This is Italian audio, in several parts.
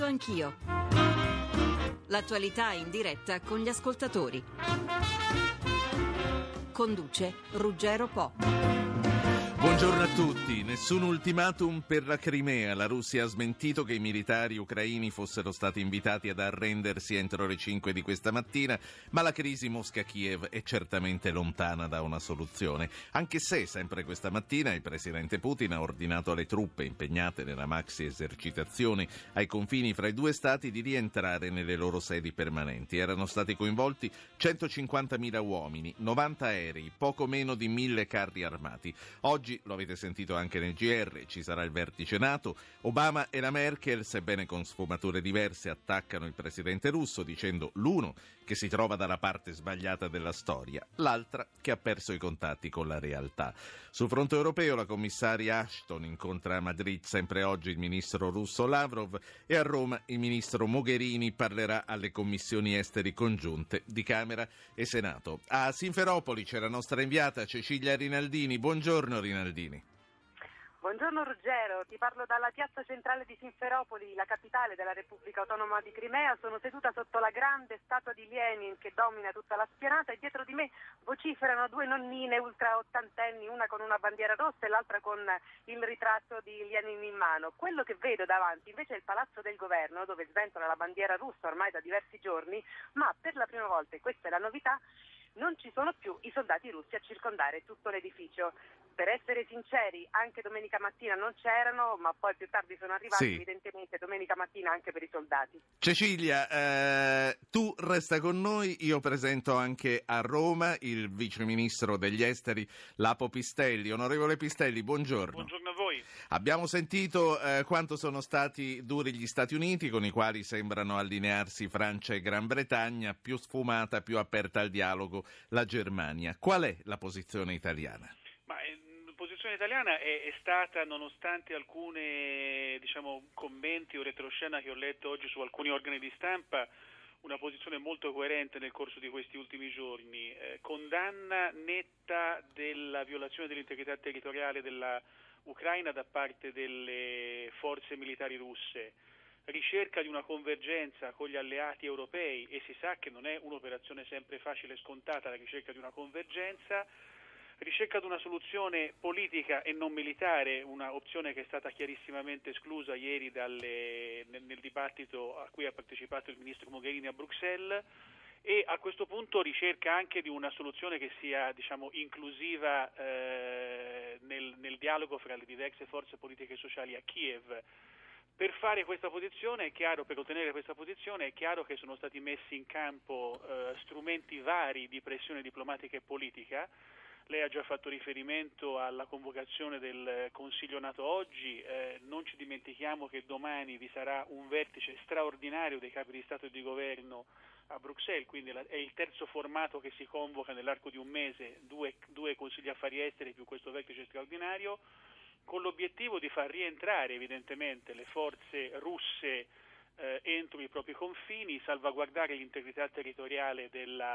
Radio Anch'io. L'attualità in diretta con gli ascoltatori. Conduce Ruggero Po. Buongiorno a tutti. Nessun ultimatum per la Crimea. La Russia ha smentito che i militari ucraini fossero stati invitati ad arrendersi entro le 5 di questa mattina, ma la crisi Mosca-Kiev è certamente lontana da una soluzione, anche se sempre questa mattina il presidente Putin ha ordinato alle truppe impegnate nella maxi esercitazione ai confini fra i due stati di rientrare nelle loro sedi permanenti. Erano stati coinvolti 150.000 uomini, 90 aerei, poco meno di 1.000 carri armati. Oggi, lo avete sentito anche nel GR, ci sarà il vertice NATO. Obama e la Merkel, sebbene con sfumature diverse, attaccano il presidente russo dicendo l'uno che si trova dalla parte sbagliata della storia, l'altra che ha perso i contatti con la realtà. Sul fronte europeo la commissaria Ashton incontra a Madrid sempre oggi il ministro russo Lavrov e a Roma il ministro Mogherini parlerà alle commissioni esteri congiunte di Camera e Senato. A Simferopoli c'è la nostra inviata Cecilia Rinaldini. Buongiorno Rinaldini. Buongiorno Ruggero, ti parlo dalla piazza centrale di Simferopoli, la capitale della Repubblica Autonoma di Crimea. Sono seduta sotto la grande statua di Lenin che domina tutta la spianata e dietro di me vociferano due nonnine ultra ottantenni, una con una bandiera rossa e l'altra con il ritratto di Lenin in mano. Quello che vedo davanti invece è il palazzo del governo, dove sventola la bandiera russa ormai da diversi giorni, ma per la prima volta, e questa è la novità, non ci sono più i soldati russi a circondare tutto l'edificio. Per essere sinceri, anche domenica mattina non c'erano, ma poi più tardi sono arrivati, sì. Evidentemente domenica mattina anche per i soldati. Cecilia, tu resta con noi, io presento anche a Roma il vice ministro degli esteri, Lapo Pistelli. Onorevole Pistelli, buongiorno. Buongiorno a voi. Abbiamo sentito quanto sono stati duri gli Stati Uniti, con i quali sembrano allinearsi Francia e Gran Bretagna, più sfumata, più aperta al dialogo la Germania. Qual è la posizione italiana? La posizione italiana è stata, nonostante alcune commenti o retroscena che ho letto oggi su alcuni organi di stampa, una posizione molto coerente nel corso di questi ultimi giorni. Condanna netta della violazione dell'integrità territoriale della Ucraina da parte delle forze militari russe, ricerca di una convergenza con gli alleati europei, e si sa che non è un'operazione sempre facile e scontata la ricerca di una convergenza, ricerca di una soluzione politica e non militare, una opzione che è stata chiarissimamente esclusa ieri nel dibattito a cui ha partecipato il ministro Mogherini a Bruxelles, e a questo punto ricerca anche di una soluzione che sia inclusiva nel dialogo fra le diverse forze politiche e sociali a Kiev. Per fare questa posizione è chiaro, per ottenere questa posizione è chiaro che sono stati messi in campo strumenti vari di pressione diplomatica e politica. Lei ha già fatto riferimento alla convocazione del Consiglio NATO oggi, non ci dimentichiamo che domani vi sarà un vertice straordinario dei capi di Stato e di Governo a Bruxelles, quindi è il terzo formato che si convoca nell'arco di un mese, due Consigli Affari Esteri più questo vertice straordinario, con l'obiettivo di far rientrare evidentemente le forze russe entro i propri confini, salvaguardare l'integrità territoriale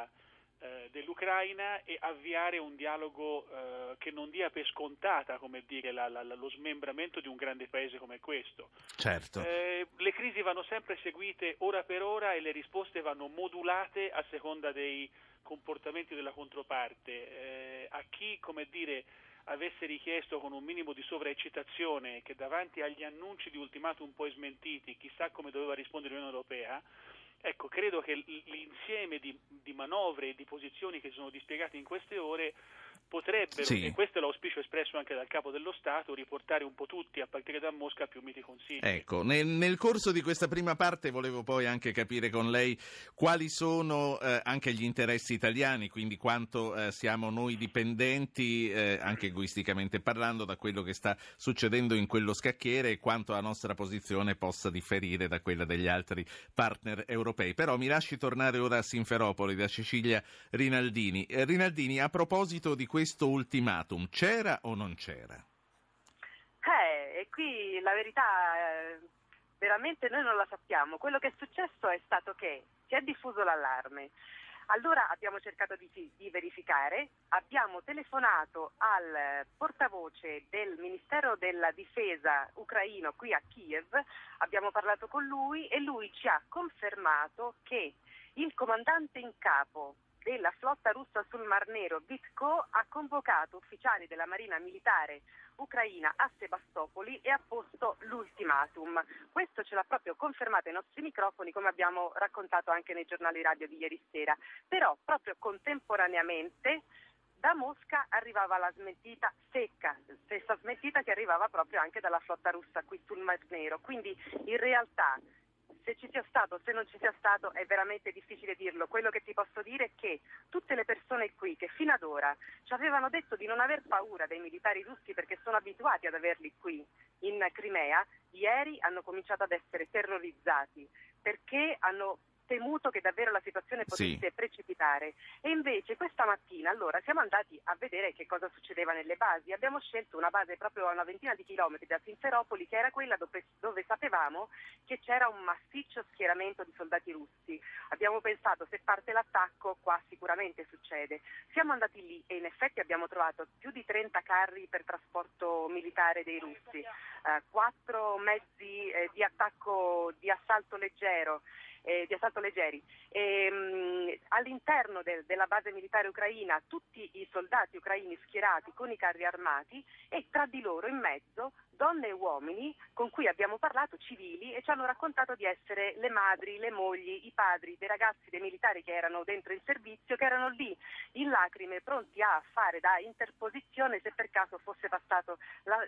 dell'Ucraina e avviare un dialogo che non dia per scontata, come dire, lo smembramento di un grande paese come questo. Certo. Le crisi vanno sempre seguite ora per ora e le risposte vanno modulate a seconda dei comportamenti della controparte. A chi, come dire, avesse richiesto con un minimo di sovraeccitazione che davanti agli annunci di ultimatum poi smentiti chissà come doveva rispondere l'Unione Europea, ecco, credo che l'insieme di manovre e di posizioni che sono dispiegate in queste ore potrebbero, sì, e questo è l'auspicio espresso anche dal Capo dello Stato, riportare un po' tutti, a partire da Mosca, a più miti consigli. Ecco, nel corso di questa prima parte volevo poi anche capire con lei quali sono anche gli interessi italiani, quindi quanto siamo noi dipendenti, anche egoisticamente parlando, da quello che sta succedendo in quello scacchiere e quanto la nostra posizione possa differire da quella degli altri partner europei. Però mi lasci tornare ora a Simferopoli da Cecilia Rinaldini. Rinaldini, a proposito di questo ultimatum, c'era o non c'era? E qui la verità veramente noi non la sappiamo. Quello che è successo è stato che si è diffuso l'allarme. Allora abbiamo cercato di verificare, abbiamo telefonato al portavoce del Ministero della Difesa ucraino qui a Kiev, abbiamo parlato con lui e lui ci ha confermato che il comandante in capo della flotta russa sul Mar Nero, Vitko, ha convocato ufficiali della Marina Militare ucraina a Sebastopoli e ha posto l'ultimatum. Questo ce l'ha proprio confermato ai nostri microfoni, come abbiamo raccontato anche nei giornali radio di ieri sera. Però proprio contemporaneamente da Mosca arrivava la smentita secca, stessa smentita che arrivava proprio anche dalla flotta russa qui sul Mar Nero. Quindi in realtà se ci sia stato, se non ci sia stato, è veramente difficile dirlo. Quello che ti posso dire è che tutte le persone qui che fino ad ora ci avevano detto di non aver paura dei militari russi perché sono abituati ad averli qui in Crimea, ieri hanno cominciato ad essere terrorizzati perché hanno temuto che davvero la situazione potesse precipitare. E invece questa mattina allora siamo andati a vedere che cosa succedeva nelle basi. Abbiamo scelto una base proprio a una ventina di chilometri da Simferopoli, che era quella dove sapevamo che c'era un massiccio schieramento di soldati russi. Abbiamo pensato, se parte l'attacco qua sicuramente succede. Siamo andati lì e in effetti abbiamo trovato più di 30 carri per trasporto militare dei russi, 4 mezzi di attacco di assalto leggero, di assalto leggeri. All'interno della base militare ucraina tutti i soldati ucraini schierati con i carri armati e tra di loro in mezzo donne e uomini con cui abbiamo parlato, civili, e ci hanno raccontato di essere le madri, le mogli, i padri dei ragazzi, dei militari che erano dentro in servizio, che erano lì in lacrime pronti a fare da interposizione se per caso fosse partito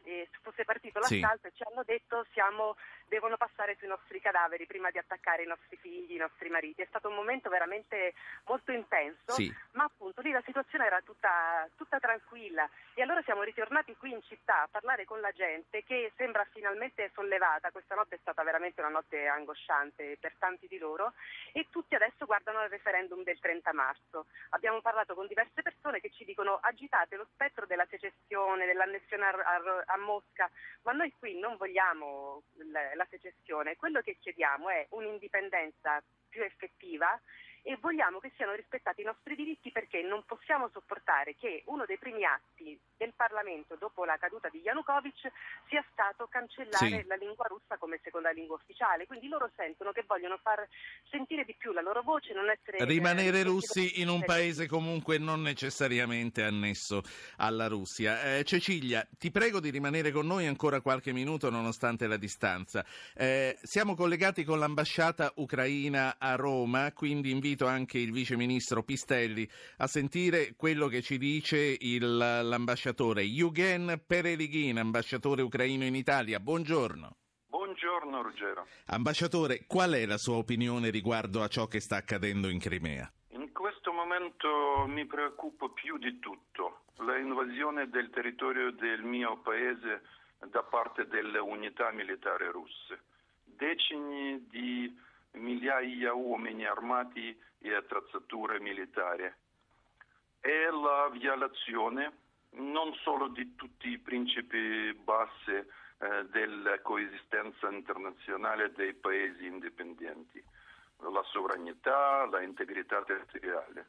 l'assalto, e ci hanno detto devono passare sui nostri cadaveri prima di attaccare i nostri figli, i nostri mariti. È stato un momento veramente molto intenso, ma appunto lì la situazione era tutta tranquilla e allora siamo ritornati qui in città a parlare con la gente che sembra finalmente sollevata. Questa notte è stata veramente una notte angosciante per tanti di loro e tutti adesso guardano al referendum del 30 marzo. Abbiamo parlato con diverse persone che ci dicono: agitate lo spettro della secessione, dell'annessione a Mosca, ma noi qui non vogliamo la secessione, quello che chiediamo è un'indipendenza più effettiva e vogliamo che siano rispettati i nostri diritti, perché non possiamo sopportare che uno dei primi atti del Parlamento dopo la caduta di Yanukovych sia stato cancellare la lingua russa come seconda lingua ufficiale. Quindi loro sentono che vogliono far sentire di più la loro voce, non essere rimanere russi in un paese comunque non necessariamente annesso alla Russia. Cecilia, ti prego di rimanere con noi ancora qualche minuto nonostante la distanza. Siamo collegati con l'ambasciata ucraina a Roma, quindi invito anche il vice ministro Pistelli a sentire quello che ci dice l'ambasciatore Eugen Perelighin, ambasciatore ucraino in Italia. Buongiorno. Buongiorno Ruggero. Ambasciatore, qual è la sua opinione riguardo a ciò che sta accadendo in Crimea? In questo momento mi preoccupa più di tutto l'invasione del territorio del mio paese da parte delle unità militari russe. Decine di migliaia di uomini armati e attrezzature militari. È la violazione non solo di tutti i principi bassi della coesistenza internazionale dei paesi indipendenti, la sovranità, l'integrità territoriale.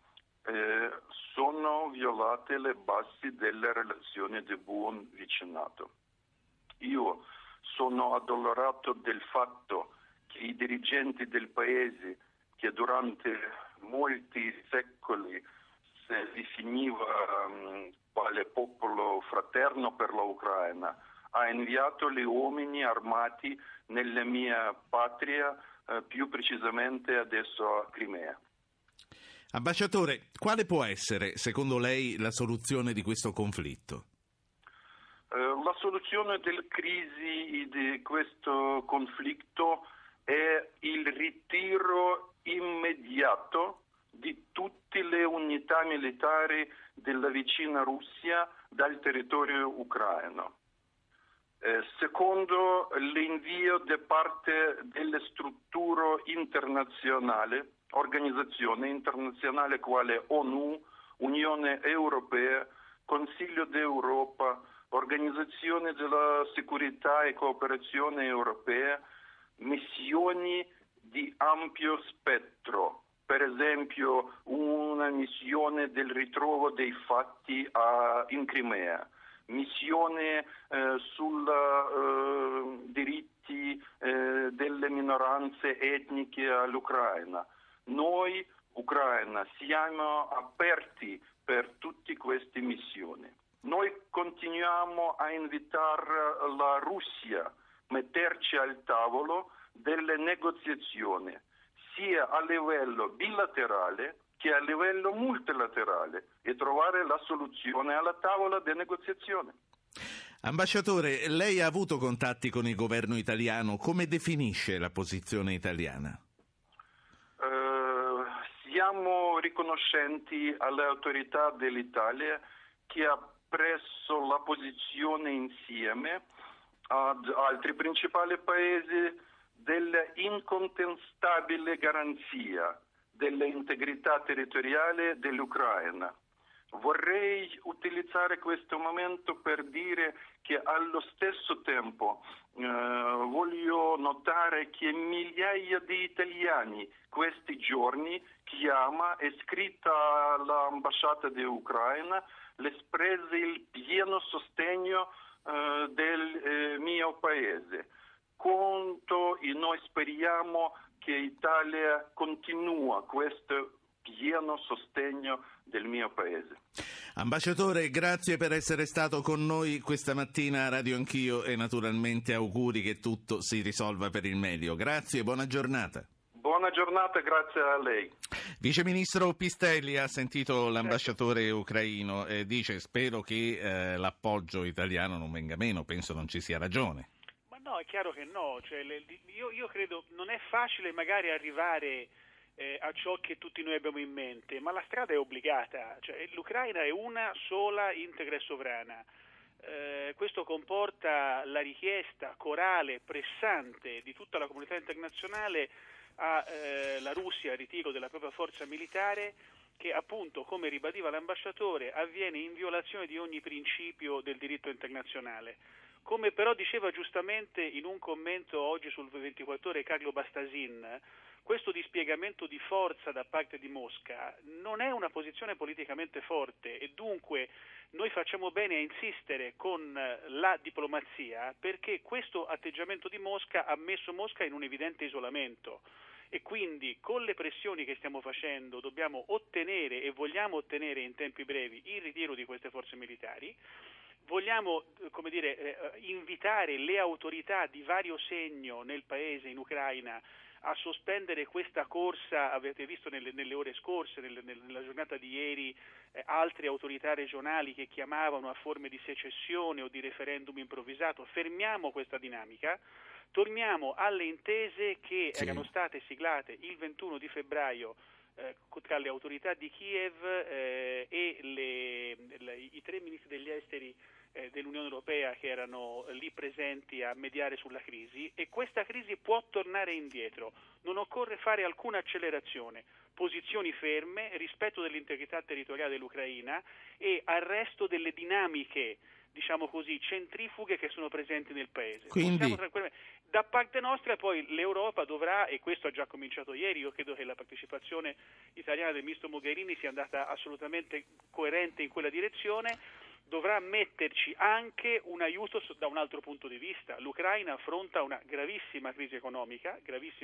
Sono violate le basi delle relazioni di buon vicinato. Io sono addolorato del fatto che i dirigenti del paese, che durante molti secoli si definiva quale popolo fraterno per l'Ucraina, ha inviato gli uomini armati nella mia patria, più precisamente adesso a Crimea. Ambasciatore, quale può essere, secondo lei, la soluzione di questo conflitto? La soluzione della crisi di questo conflitto è il ritiro immediato di tutte le unità militari della vicina Russia dal territorio ucraino. Secondo, l'invio da parte delle strutture internazionali, organizzazioni internazionali quale ONU, Unione Europea, Consiglio d'Europa, Organizzazione della Sicurezza e Cooperazione Europea, missioni di ampio spettro per esempio una missione del ritrovo dei fatti in Crimea, missione sui diritti delle minoranze etniche all'Ucraina. Noi, Ucraina, siamo aperti per tutte queste missioni. Noi continuiamo a invitare la Russia a metterci al tavolo delle negoziazioni, sia a livello bilaterale che a livello multilaterale, e trovare la soluzione alla tavola di negoziazione. Ambasciatore, lei ha avuto contatti con il governo italiano, come definisce la posizione italiana? Siamo riconoscenti alle autorità dell'Italia che ha preso la posizione insieme ad altri principali paesi dell'incontestabile garanzia dell'integrità territoriale dell'Ucraina. Vorrei utilizzare questo momento per dire che allo stesso tempo voglio notare che migliaia di italiani questi giorni chiama e scritta all'ambasciata di Ucraina l'espresse il pieno sostegno del mio paese. Conto e noi speriamo che l'Italia continua questo pieno sostegno del mio paese. Ambasciatore, grazie per essere stato con noi questa mattina a Radio Anch'io e naturalmente auguri che tutto si risolva per il meglio. Grazie, buona giornata. Buona giornata, grazie a lei. Vice Ministro Pistelli ha sentito l'ambasciatore ucraino e dice spero che l'appoggio italiano non venga meno, penso non ci sia ragione. Ma no, è chiaro che no, io credo non è facile magari arrivare a ciò che tutti noi abbiamo in mente, ma la strada è obbligata, l'Ucraina è una sola, integra e sovrana. Questo comporta la richiesta corale, pressante di tutta la comunità internazionale alla Russia al ritiro della propria forza militare, che appunto, come ribadiva l'ambasciatore, avviene in violazione di ogni principio del diritto internazionale. Come però diceva giustamente in un commento oggi sul 24 Ore Carlo Bastasin, questo dispiegamento di forza da parte di Mosca non è una posizione politicamente forte e dunque noi facciamo bene a insistere con la diplomazia, perché questo atteggiamento di Mosca ha messo Mosca in un evidente isolamento e quindi con le pressioni che stiamo facendo dobbiamo ottenere e vogliamo ottenere in tempi brevi il ritiro di queste forze militari. Vogliamo, invitare le autorità di vario segno nel paese, in Ucraina, a sospendere questa corsa. Avete visto nelle ore scorse, nella giornata di ieri, altre autorità regionali che chiamavano a forme di secessione o di referendum improvvisato. Fermiamo questa dinamica, torniamo alle intese che erano state siglate il 21 di febbraio tra le autorità di Kiev e i tre ministri degli esteri dell'Unione Europea che erano lì presenti a mediare sulla crisi, e questa crisi può tornare indietro, non occorre fare alcuna accelerazione, posizioni ferme, rispetto dell'integrità territoriale dell'Ucraina e arresto delle dinamiche, diciamo così, centrifughe che sono presenti nel paese. Quindi da parte nostra poi l'Europa dovrà, e questo ha già cominciato ieri, io credo che la partecipazione italiana del ministro Mogherini sia andata assolutamente coerente in quella direzione, dovrà metterci anche un aiuto da un altro punto di vista. L'Ucraina affronta una gravissima crisi economica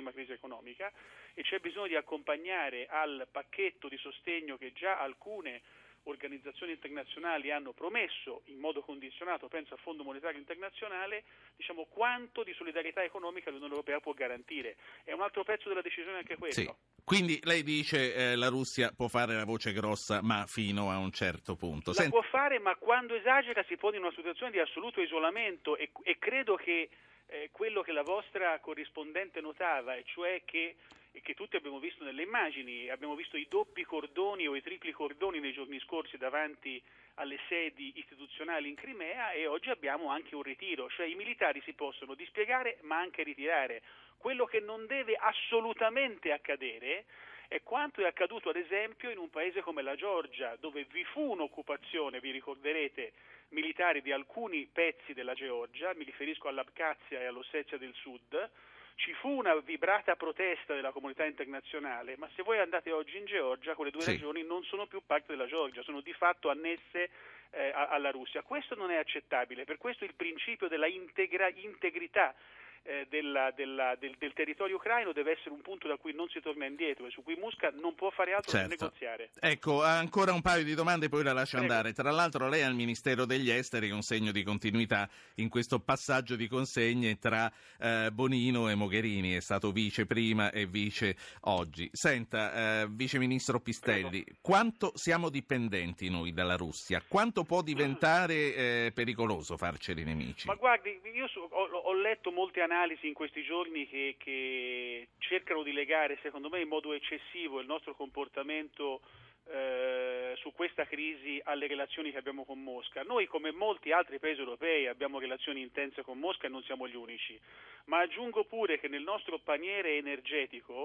e c'è bisogno di accompagnare al pacchetto di sostegno che già alcune organizzazioni internazionali hanno promesso in modo condizionato, penso al Fondo Monetario Internazionale, quanto di solidarietà economica l'Unione Europea può garantire. È un altro pezzo della decisione anche questo. Sì. Quindi lei dice la Russia può fare la voce grossa, ma fino a un certo punto. La può fare, ma quando esagera si pone in una situazione di assoluto isolamento e credo che quello che la vostra corrispondente notava, e cioè che tutti abbiamo visto nelle immagini, abbiamo visto i doppi cordoni o i tripli cordoni nei giorni scorsi davanti alle sedi istituzionali in Crimea, e oggi abbiamo anche un ritiro, cioè i militari si possono dispiegare ma anche ritirare. Quello che non deve assolutamente accadere è quanto è accaduto ad esempio in un paese come la Georgia, dove vi fu un'occupazione, vi ricorderete, militari di alcuni pezzi della Georgia, mi riferisco all'Abkhazia e all'Ossetia del Sud, ci fu una vibrata protesta della comunità internazionale, ma se voi andate oggi in Georgia, quelle due regioni non sono più parte della Georgia, sono di fatto annesse alla Russia. Questo non è accettabile, per questo il principio della integrità del territorio ucraino deve essere un punto da cui non si torna indietro e su cui Mosca non può fare altro che negoziare. Ecco, ancora un paio di domande, poi la lascio andare. Tra l'altro lei al Ministero degli Esteri, un segno di continuità in questo passaggio di consegne tra Bonino e Mogherini, è stato vice prima e vice oggi. Senta, Vice Ministro Pistelli, quanto siamo dipendenti noi dalla Russia? Quanto può diventare pericoloso farceli nemici? Ma guardi, io ho letto molte analisi in questi giorni che cercano di legare, secondo me in modo eccessivo, il nostro comportamento su questa crisi alle relazioni che abbiamo con Mosca. Noi, come molti altri paesi europei, abbiamo relazioni intense con Mosca e non siamo gli unici, ma aggiungo pure che nel nostro paniere energetico,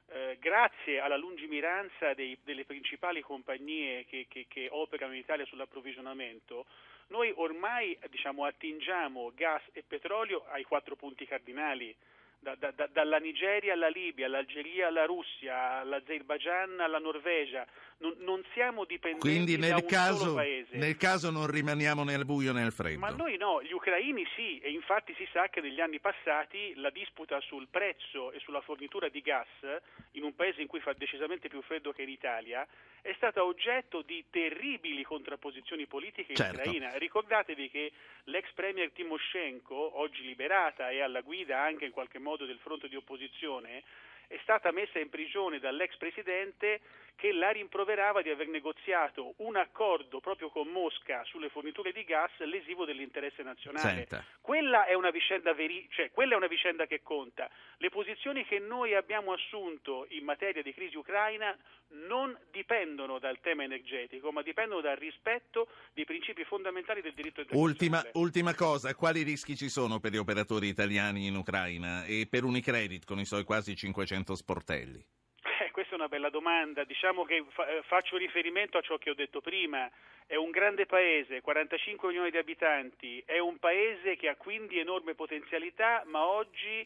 grazie alla lungimiranza delle principali compagnie che operano in Italia sull'approvvigionamento, noi ormai attingiamo gas e petrolio ai 4 punti cardinali, dalla Nigeria alla Libia, all'Algeria alla Russia, all'Azerbaigian alla Norvegia. Non siamo dipendenti Quindi da un solo paese. Nel caso non rimaniamo né al buio né al freddo. Ma noi no, gli ucraini sì, e infatti si sa che negli anni passati la disputa sul prezzo e sulla fornitura di gas in un paese in cui fa decisamente più freddo che in Italia è stata oggetto di terribili contrapposizioni politiche in Ucraina. Ricordatevi che l'ex premier Timoshenko, oggi liberata e alla guida anche in qualche modo del fronte di opposizione, è stata messa in prigione dall'ex presidente che la rimproverava di aver negoziato un accordo proprio con Mosca sulle forniture di gas lesivo dell'interesse nazionale. Quella è una vicenda quella è una vicenda che conta. Le posizioni che noi abbiamo assunto in materia di crisi ucraina non dipendono dal tema energetico, ma dipendono dal rispetto dei principi fondamentali del diritto internazionale. Ultima cosa, quali rischi ci sono per gli operatori italiani in Ucraina e per Unicredit con i suoi quasi 500 sportelli? Questa è una bella domanda. Diciamo che faccio riferimento a ciò che ho detto prima. È un grande paese, 45 milioni di abitanti, è un paese che ha quindi enorme potenzialità, ma oggi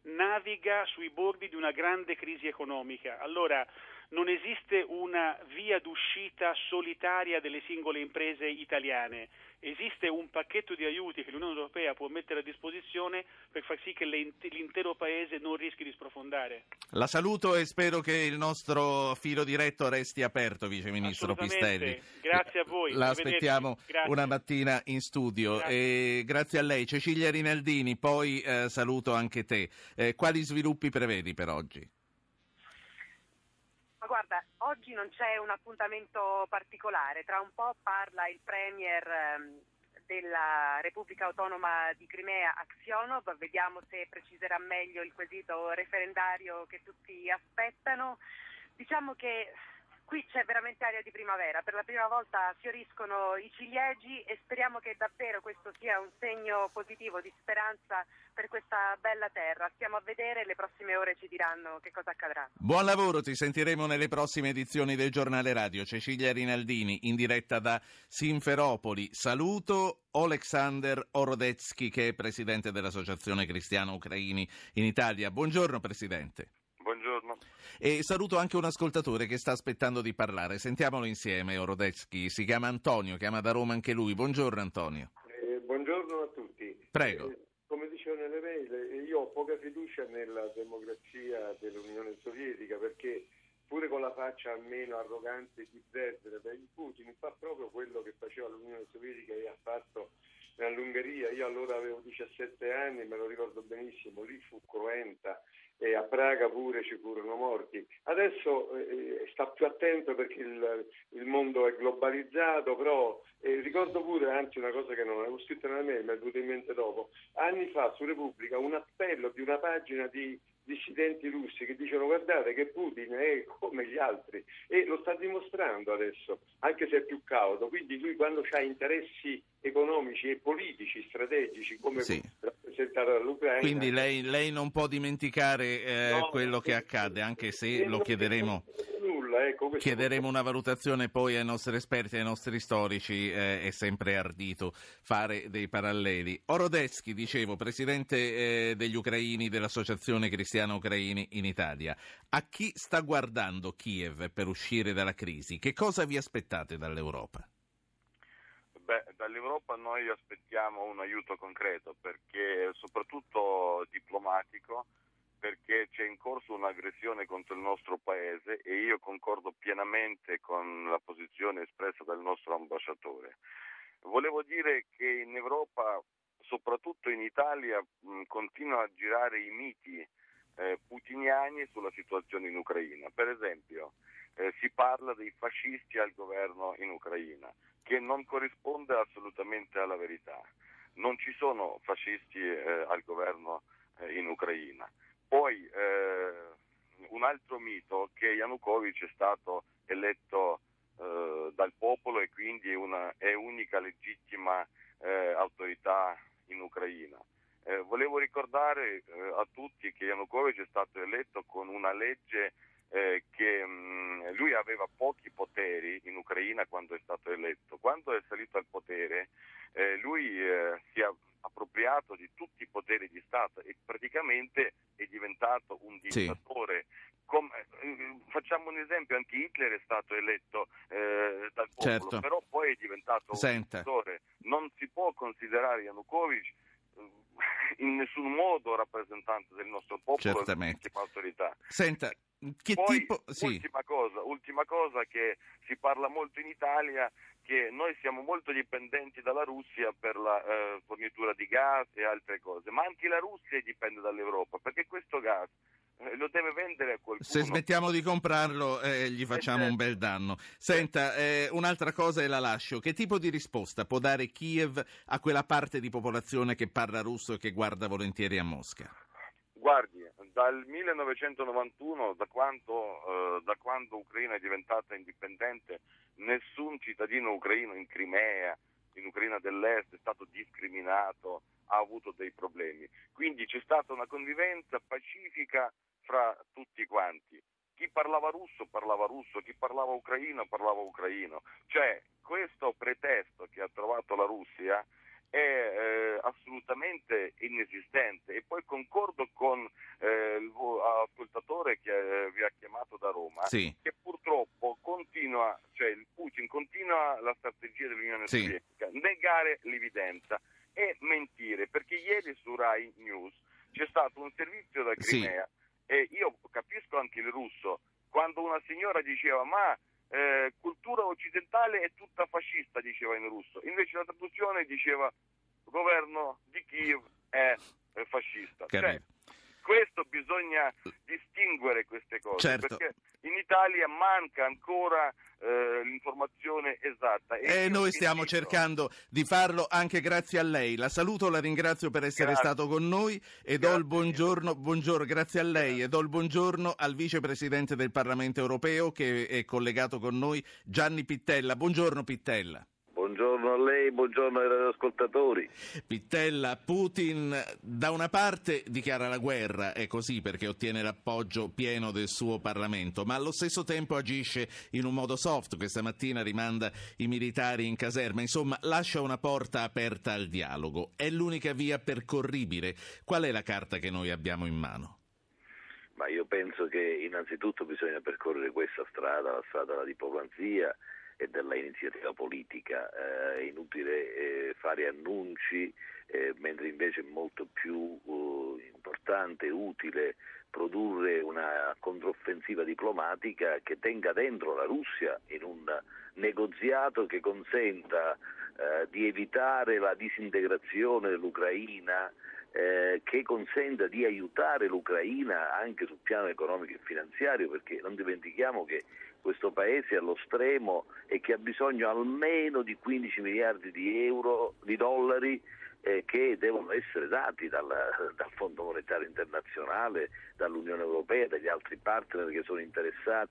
naviga sui bordi di una grande crisi economica. Allora, non esiste una via d'uscita solitaria delle singole imprese italiane. Esiste un pacchetto di aiuti che l'Unione Europea può mettere a disposizione per far sì che l'intero Paese non rischi di sprofondare. La saluto e spero che il nostro filo diretto resti aperto, Vice Ministro Pistelli. Grazie a voi. La aspettiamo una mattina in studio. Grazie. E grazie a lei. Cecilia Rinaldini, poi saluto anche te. Quali sviluppi prevedi per oggi? Ma guarda, oggi non c'è un appuntamento particolare, tra un po' parla il premier della Repubblica Autonoma di Crimea, Aksionov, vediamo se preciserà meglio il quesito referendario che tutti aspettano. Diciamo che qui c'è veramente aria di primavera, per la prima volta fioriscono i ciliegi e speriamo che davvero questo sia un segno positivo di speranza per questa bella terra. Stiamo a vedere, le prossime ore ci diranno che cosa accadrà. Buon lavoro, ti sentiremo nelle prossime edizioni del Giornale Radio. Cecilia Rinaldini, in diretta da Simferopoli. Saluto Oleksandr Orodetsky, che è presidente dell'Associazione Cristiana Ucraini in Italia. Buongiorno Presidente. Buongiorno. E saluto anche un ascoltatore che sta aspettando di parlare. Sentiamolo insieme, Orodetsky. Si chiama Antonio, chiama da Roma anche lui. Buongiorno Antonio. Buongiorno a tutti. Prego. Come dicevo nelle mail, io ho poca fiducia nella democrazia dell'Unione Sovietica perché pure con la faccia almeno arrogante di Putin fa proprio quello che faceva l'Unione Sovietica e ha fatto nell'Ungheria. Io allora avevo 17 anni, me lo ricordo benissimo, lì fu cruenta e a Praga pure ci furono morti. Adesso sta più attento perché il mondo è globalizzato, però ricordo pure, anzi una cosa che non avevo scritto nella mail, mi è venuta in mente dopo, anni fa su Repubblica un appello di una pagina di dissidenti russi che dicono guardate che Putin è come gli altri e lo sta dimostrando adesso, anche se è più cauto. Quindi lui quando ha interessi economici e politici strategici come rappresentato dall'Ucraina. Quindi lei non può dimenticare quello che accade, anche se lo chiederemo. nulla. Ecco, chiederemo una valutazione poi ai nostri esperti, ai nostri storici, è sempre ardito fare dei paralleli. Orodeschi, dicevo, presidente degli ucraini dell'Associazione Cristiana Ucraini in Italia. A chi sta guardando Kiev per uscire dalla crisi? Che cosa vi aspettate dall'Europa? Dall'Europa noi aspettiamo un aiuto concreto, perché soprattutto diplomatico, perché c'è in corso un'aggressione contro il nostro paese e io concordo pienamente con la posizione espressa dal nostro ambasciatore. Volevo dire che in Europa, soprattutto in Italia, continuano a girare i miti putiniani sulla situazione in Ucraina. Per esempio, si parla dei fascisti al governo in Ucraina, che non corrisponde assolutamente alla verità. Non ci sono fascisti al governo in Ucraina. Poi un altro mito, che Yanukovych è stato eletto dal popolo e quindi è unica legittima autorità in Ucraina. Volevo ricordare a tutti che Yanukovych è stato eletto con una legge che lui aveva pochi poteri in Ucraina quando è stato eletto. Quando è salito al potere lui si è appropriato di tutti i poteri di Stato e praticamente è diventato un dittatore. Facciamo un esempio, anche Hitler è stato eletto dal popolo, certo. Però poi è diventato un dittatore. Non si può considerare Yanukovych in nessun modo rappresentante del nostro popolo, legittima autorità. Senta, che poi, tipo... Sì. Ultima cosa che si parla molto in Italia, che noi siamo molto dipendenti dalla Russia per la fornitura di gas e altre cose, ma anche la Russia dipende dall'Europa, perché questo gas lo deve vendere a qualcuno. Se smettiamo di comprarlo gli facciamo un bel danno. Senta, un'altra cosa e la lascio. Che tipo di risposta può dare Kiev a quella parte di popolazione che parla russo e che guarda volentieri a Mosca? Guardi, dal 1991, da quando Ucraina è diventata indipendente, nessun cittadino ucraino in Crimea, in Ucraina dell'Est, è stato discriminato, ha avuto dei problemi. Quindi c'è stata una convivenza pacifica fra tutti quanti. Chi parlava russo, chi parlava ucraino. Cioè, questo pretesto che ha trovato la Russia è assolutamente inesistente. E poi concordo con l'ascoltatore che vi ha chiamato da Roma, che purtroppo il Putin continua la strategia dell'Unione Sovietica, negare l'evidenza e mentire, perché ieri su Rai News c'è stato un servizio da Crimea e io capisco anche il russo, quando una signora diceva cultura occidentale è tutta fascista, diceva in russo, invece la traduzione diceva governo di Kiev è fascista. Cioè, questo bisogna distinguere queste cose, perché in Italia manca ancora l'informazione esatta. E noi stiamo cercando di farlo anche grazie a lei. La saluto, la ringrazio per essere stato con noi e do il buongiorno, grazie a lei, e do il buongiorno al vicepresidente del Parlamento europeo che è collegato con noi, Gianni Pittella. Buongiorno Pittella. Buongiorno a lei, buongiorno ai ascoltatori. Pittella, Putin da una parte dichiara la guerra, è così perché ottiene l'appoggio pieno del suo Parlamento, ma allo stesso tempo agisce in un modo soft. Questa mattina rimanda i militari in caserma, insomma lascia una porta aperta al dialogo. È l'unica via percorribile. Qual è la carta che noi abbiamo in mano? Ma io penso che innanzitutto bisogna percorrere questa strada, la strada della diplomazia e della iniziativa politica. È inutile fare annunci, mentre invece è molto più importante e utile produrre una controffensiva diplomatica che tenga dentro la Russia in un negoziato che consenta di evitare la disintegrazione dell'Ucraina, che consenta di aiutare l'Ucraina anche sul piano economico e finanziario, perché non dimentichiamo che questo paese è allo stremo e che ha bisogno almeno di 15 miliardi di dollari che devono essere dati dal Fondo Monetario Internazionale, dall'Unione Europea, dagli altri partner che sono interessati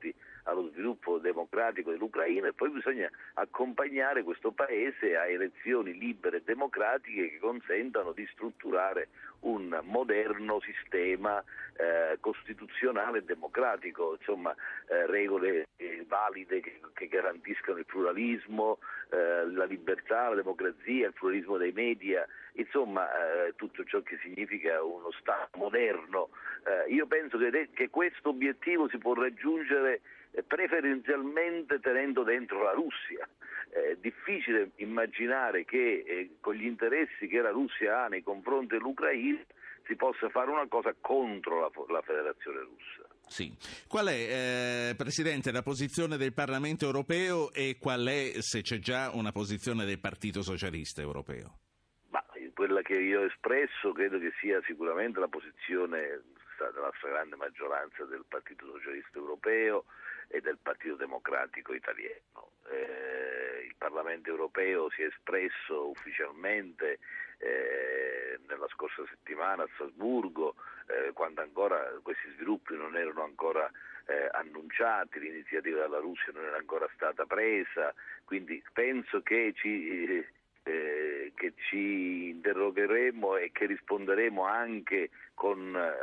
allo sviluppo democratico dell'Ucraina, e poi bisogna accompagnare questo paese a elezioni libere e democratiche che consentano di strutturare un moderno sistema costituzionale e democratico, insomma regole valide che garantiscano il pluralismo, la libertà, la democrazia, il pluralismo dei media, insomma tutto ciò che significa uno Stato moderno. Io penso che questo obiettivo si può raggiungere preferenzialmente tenendo dentro la Russia. È difficile immaginare che con gli interessi che la Russia ha nei confronti dell'Ucraina si possa fare una cosa contro la Federazione Russa. Sì. Qual è, Presidente, la posizione del Parlamento europeo e qual è, se c'è già, una posizione del Partito Socialista Europeo? Ma quella che io ho espresso credo che sia sicuramente la posizione della stragrande maggioranza del Partito Socialista Europeo e del Partito Democratico Italiano. Il Parlamento Europeo si è espresso ufficialmente nella scorsa settimana a Strasburgo, quando ancora questi sviluppi non erano ancora annunciati, l'iniziativa della Russia non era ancora stata presa, quindi penso che ci interrogheremo e che risponderemo anche con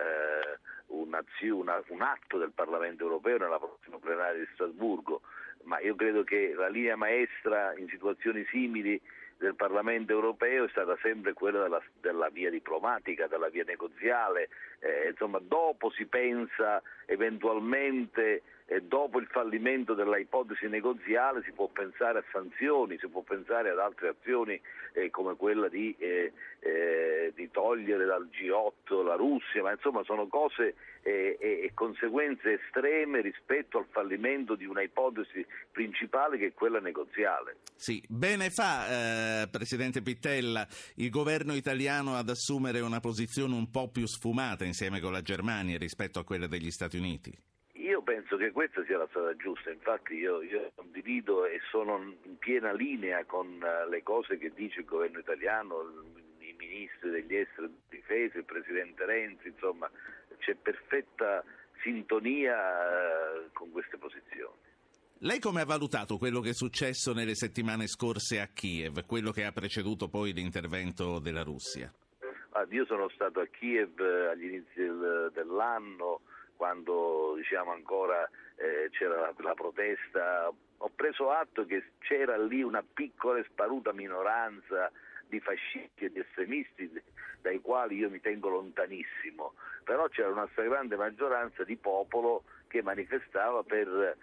un atto del Parlamento Europeo nella prossima plenaria di Strasburgo, ma io credo che la linea maestra in situazioni simili del Parlamento Europeo è stata sempre quella della via diplomatica, della via negoziale, insomma dopo si pensa eventualmente, dopo il fallimento della ipotesi negoziale si può pensare a sanzioni, si può pensare ad altre azioni come quella di togliere dal G8 la Russia, ma insomma sono cose e conseguenze estreme rispetto al fallimento di una ipotesi principale che è quella negoziale. Sì, bene fa, Presidente Pittella, il governo italiano ad assumere una posizione un po' più sfumata insieme con la Germania rispetto a quella degli Stati Uniti? Io penso che questa sia la strada giusta, infatti io condivido e sono in piena linea con le cose che dice il governo italiano, i ministri degli esteri e della difesa, il Presidente Renzi, insomma c'è perfetta sintonia con queste posizioni. Lei come ha valutato quello che è successo nelle settimane scorse a Kiev, quello che ha preceduto poi l'intervento della Russia? Io sono stato a Kiev agli inizi dell'anno, quando ancora c'era la protesta. Ho preso atto che c'era lì una piccola e sparuta minoranza di fascisti e di estremisti dai quali io mi tengo lontanissimo, però c'era una stragrande maggioranza di popolo che manifestava per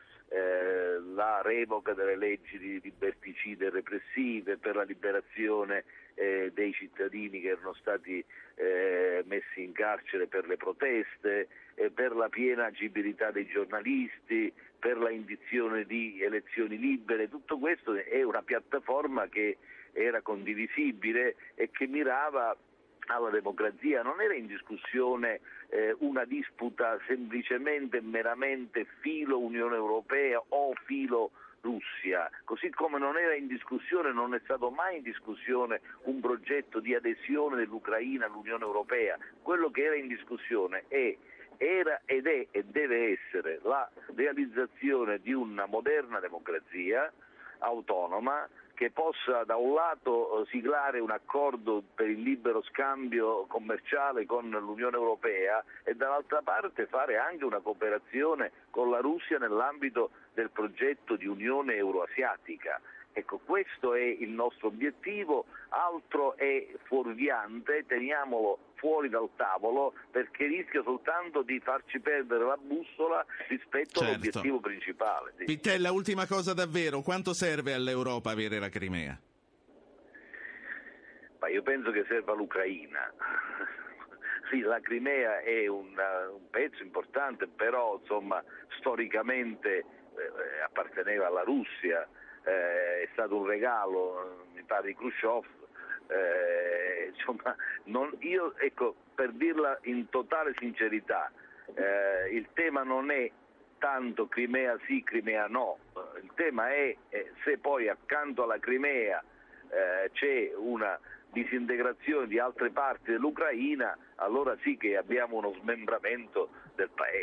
la revoca delle leggi liberticide e repressive, per la liberazione dei cittadini che erano stati messi in carcere per le proteste, per la piena agibilità dei giornalisti, per la indizione di elezioni libere. Tutto questo è una piattaforma che era condivisibile e che mirava alla democrazia. Non era in discussione una disputa semplicemente e meramente filo Unione Europea o filo Russia, così come non era in discussione, non è stato mai in discussione un progetto di adesione dell'Ucraina all'Unione Europea. Quello che era in discussione era ed è e deve essere la realizzazione di una moderna democrazia autonoma che possa da un lato siglare un accordo per il libero scambio commerciale con l'Unione Europea e dall'altra parte fare anche una cooperazione con la Russia nell'ambito del progetto di Unione Euroasiatica. Ecco, questo è il nostro obiettivo, altro è fuorviante, teniamolo fuori dal tavolo perché rischia soltanto di farci perdere la bussola rispetto all'obiettivo principale. Sì. Pittella, ultima cosa davvero, quanto serve all'Europa avere la Crimea? Ma io penso che serva all'Ucraina. Sì, la Crimea è un pezzo importante, però insomma storicamente apparteneva alla Russia, è stato un regalo, mi pare, di Khrushchev. Per dirla in totale sincerità, il tema non è tanto Crimea sì, Crimea no, il tema è se poi accanto alla Crimea c'è una disintegrazione di altre parti dell'Ucraina, allora sì che abbiamo uno smembramento del paese.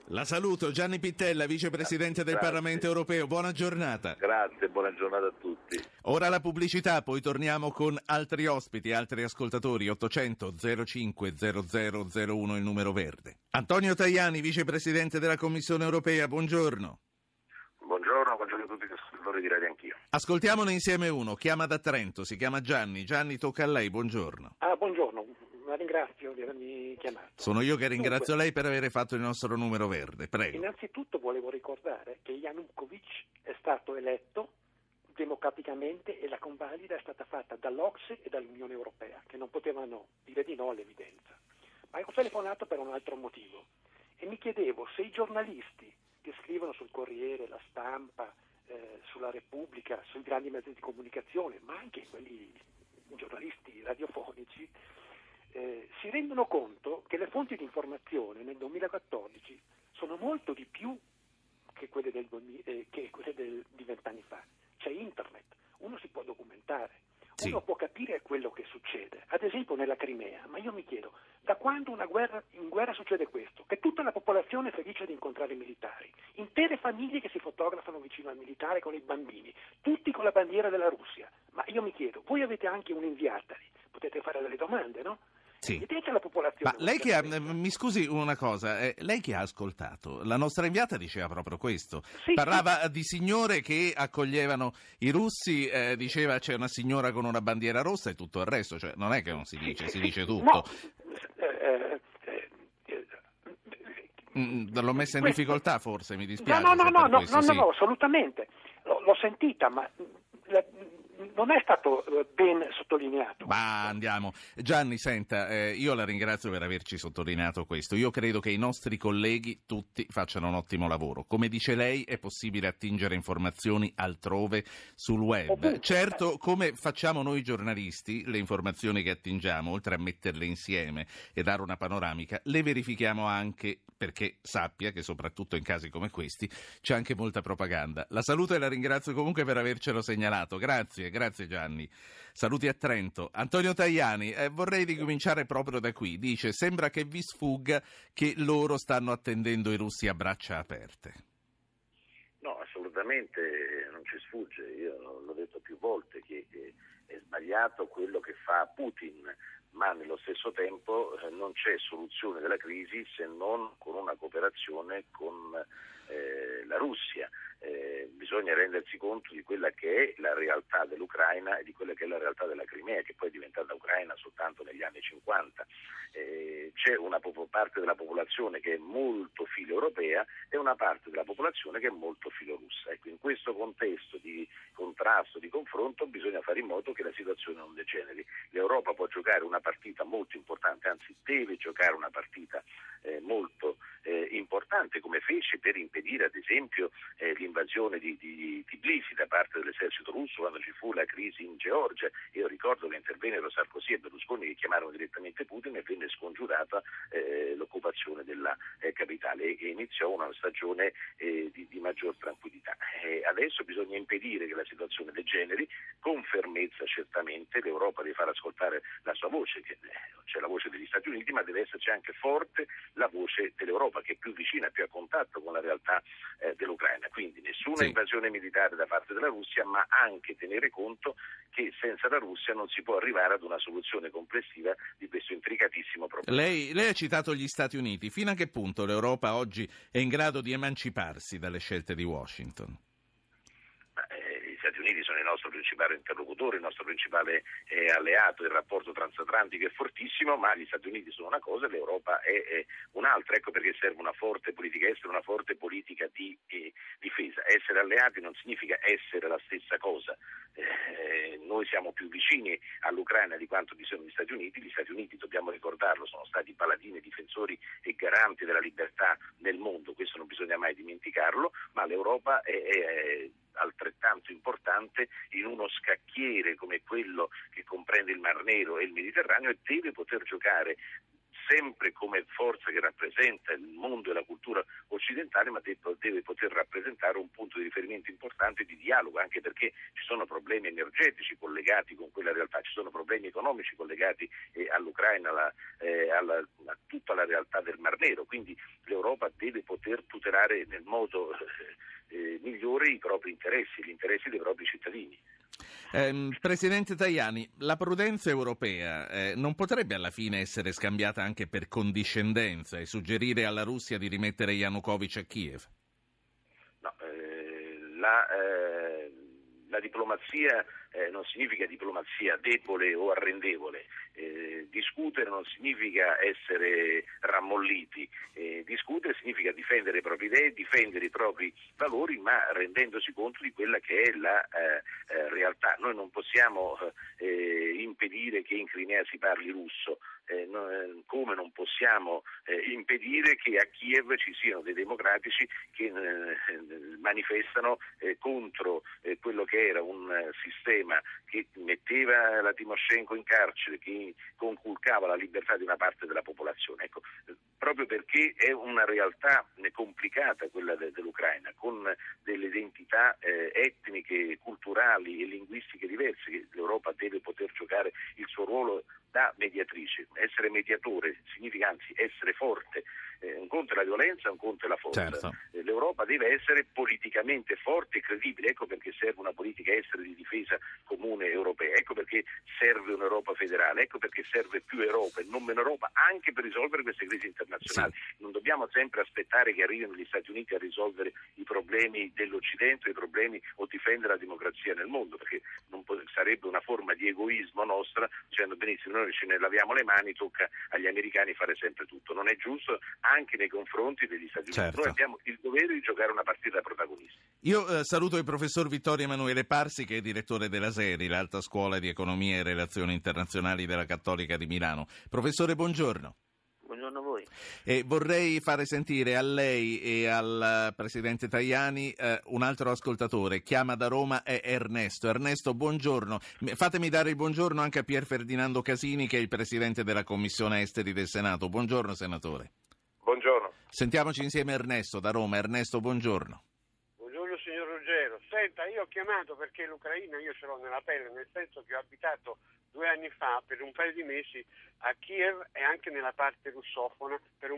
La saluto, Gianni Pittella, vicepresidente del Parlamento europeo. Buona giornata. Grazie, buona giornata a tutti. Ora la pubblicità, poi torniamo con altri ospiti, altri ascoltatori. 800 05 0001 il numero verde. Antonio Tajani, vicepresidente della Commissione europea, buongiorno. Buongiorno a tutti gli ascoltatori di Radio Anch'io. Ascoltiamone insieme uno, chiama da Trento, si chiama Gianni. Gianni, tocca a lei, buongiorno. Buongiorno, la ringrazio di avermi chiamato. Sono io che ringrazio lei per aver fatto il nostro numero verde, prego. Innanzitutto volevo ricordare che Yanukovych è stato eletto democraticamente e la convalida è stata fatta dall'Ocse e dall'Unione Europea, che non potevano dire di no all'evidenza. Ma ho telefonato per un altro motivo e mi chiedevo se i giornalisti che scrivono sul Corriere, la Stampa, sulla Repubblica, sui grandi mezzi di comunicazione, ma anche quelli giornalisti radiofonici, si rendono conto che le fonti di informazione nel 2014 sono molto di più che quelle di 20 anni fa. C'è internet, uno si può documentare, uno può capire quello che succede, ad esempio nella Crimea, ma io mi chiedo, da quando in guerra succede questo? Che tutta la popolazione è felice di incontrare i militari, intere famiglie che si fotografano vicino al militare con i bambini, tutti con la bandiera della Russia, ma io mi chiedo, voi avete anche un'inviata lì, potete fare delle domande, no? Sì. La popolazione. Ma lei mi scusi una cosa, lei che ha ascoltato, la nostra inviata diceva proprio questo, parlava di signore che accoglievano i russi, diceva c'è una signora con una bandiera rossa e tutto il resto, cioè non è che non si dice, si dice tutto. L'ho messa in difficoltà forse, mi dispiace. No, assolutamente, l'ho sentita, ma non è stato ben sottolineato. Ma andiamo. Gianni, senta, io la ringrazio per averci sottolineato questo. Io credo che i nostri colleghi tutti facciano un ottimo lavoro. Come dice lei, è possibile attingere informazioni altrove sul web. Certo, come facciamo noi giornalisti, le informazioni che attingiamo, oltre a metterle insieme e dare una panoramica, le verifichiamo anche perché sappia che soprattutto in casi come questi c'è anche molta propaganda. La saluto e la ringrazio comunque per avercelo segnalato. Grazie Gianni. Saluti a Trento. Antonio Tajani, vorrei ricominciare proprio da qui. Dice, sembra che vi sfugga che loro stanno attendendo i russi a braccia aperte. No, assolutamente non ci sfugge. Io l'ho detto più volte che è sbagliato quello che fa Putin, ma nello stesso tempo non c'è soluzione della crisi se non con una cooperazione con la Russia. Bisogna rendersi conto di quella che è la realtà dell'Ucraina e di quella che è la realtà della Crimea, che poi è diventata Ucraina soltanto negli anni 50. C'è una parte della popolazione che è molto filo-europea e una parte della popolazione che è molto filo-russa. Ecco, in questo contesto di contrasto, di confronto, bisogna fare in modo che la situazione non degeneri. L'Europa può giocare una partita molto importante, anzi deve giocare una partita molto importante, come fece per impedire ad esempio l'invasione di Tbilisi da parte dell'esercito russo quando ci fu la crisi in Georgia. Io ricordo che intervennero Sarkozy e Berlusconi che chiamarono direttamente Putin e venne scongiurata l'occupazione della capitale e iniziò una stagione di maggior tranquillità. Adesso bisogna impedire che la situazione degeneri con fermezza. Certamente l'Europa deve far ascoltare la sua voce, che c'è la voce degli Stati Uniti, ma deve esserci anche forte la voce dell'Europa, che è più vicina, più a contatto con la realtà dell'Ucraina. Quindi nessuna invasione militare da parte della Russia, ma anche tenere conto che senza la Russia non si può arrivare ad una soluzione complessiva di questo intricatissimo problema. Lei ha citato gli Stati Uniti. Fino a che punto l'Europa oggi è in grado di emanciparsi dalle scelte di Washington? Gli Stati Uniti sono il nostro principale interlocutore, il nostro principale alleato, il rapporto transatlantico è fortissimo, ma gli Stati Uniti sono una cosa e l'Europa è un'altra. Ecco perché serve una forte politica estera, una forte politica di difesa. Essere alleati non significa essere la stessa cosa. Noi siamo più vicini all'Ucraina di quanto vi siano gli Stati Uniti. Gli Stati Uniti, dobbiamo ricordarlo, sono stati paladini, difensori e garanti della libertà nel mondo, questo non bisogna mai dimenticarlo, ma l'Europa è altrettanto importante in uno scacchiere come quello che comprende il Mar Nero e il Mediterraneo e deve poter giocare sempre come forza che rappresenta il mondo e la cultura occidentale, ma deve poter rappresentare un punto di riferimento importante di dialogo, anche perché ci sono problemi energetici collegati con quella realtà, ci sono problemi economici collegati all'Ucraina, a tutta la realtà del Mar Nero, quindi l'Europa deve poter tutelare nel modo migliore i propri interessi, gli interessi dei propri cittadini. Presidente Tajani, la prudenza europea non potrebbe alla fine essere scambiata anche per condiscendenza e suggerire alla Russia di rimettere Yanukovych a Kiev? No, la diplomazia non significa diplomazia debole o arrendevole, discutere non significa essere rammolliti, discutere significa difendere le proprie idee, difendere i propri valori, ma rendendosi conto di quella che è la realtà. Noi non possiamo impedire che in Crimea si parli russo, come non possiamo impedire che a Kiev ci siano dei democratici che manifestano contro quello che era un sistema che metteva la Timoshenko in carcere, che conculcava la libertà di una parte della popolazione. Ecco, proprio perché è una realtà complicata quella dell'Ucraina, con delle identità etniche, culturali e linguistiche diverse, che l'Europa deve poter giocare il suo ruolo da mediatrice. Essere mediatore significa anzi essere forte, un conto è la violenza, un conto è la forza. Certo. L'Europa deve essere politicamente forte e credibile, ecco perché serve una politica estera di difesa comune europea, ecco perché serve un'Europa federale, ecco perché serve più Europa e non meno Europa, anche per risolvere queste crisi internazionali. Sì. Non dobbiamo sempre aspettare che arrivino gli Stati Uniti a risolvere i problemi dell'Occidente, i problemi o difendere la democrazia nel mondo, perché sarebbe una forma di egoismo nostra, dicendo benissimo noi ce ne laviamo le mani, tocca agli americani fare sempre tutto. Non è giusto anche nei confronti degli Stati Uniti. Certo. Noi abbiamo il dovere di giocare una partita da protagonisti. Io saluto il professor Vittorio Emanuele Parsi, che è direttore della SERI, l'Alta Scuola di Economia e Relazioni Internazionali della Cattolica di Milano. Professore, buongiorno. Buongiorno a voi. Vorrei fare sentire a lei e al Presidente Tajani un altro ascoltatore, chiama da Roma, è Ernesto. Ernesto, buongiorno. Fatemi dare il buongiorno anche a Pier Ferdinando Casini, che è il Presidente della Commissione Esteri del Senato. Buongiorno, Senatore. Buongiorno. Sentiamoci insieme Ernesto da Roma. Ernesto, buongiorno. Buongiorno signor Ruggero. Senta, io ho chiamato perché l'Ucraina io ce l'ho nella pelle, nel senso che ho abitato 2 anni fa per un paio di mesi a Kiev e anche nella parte russofona per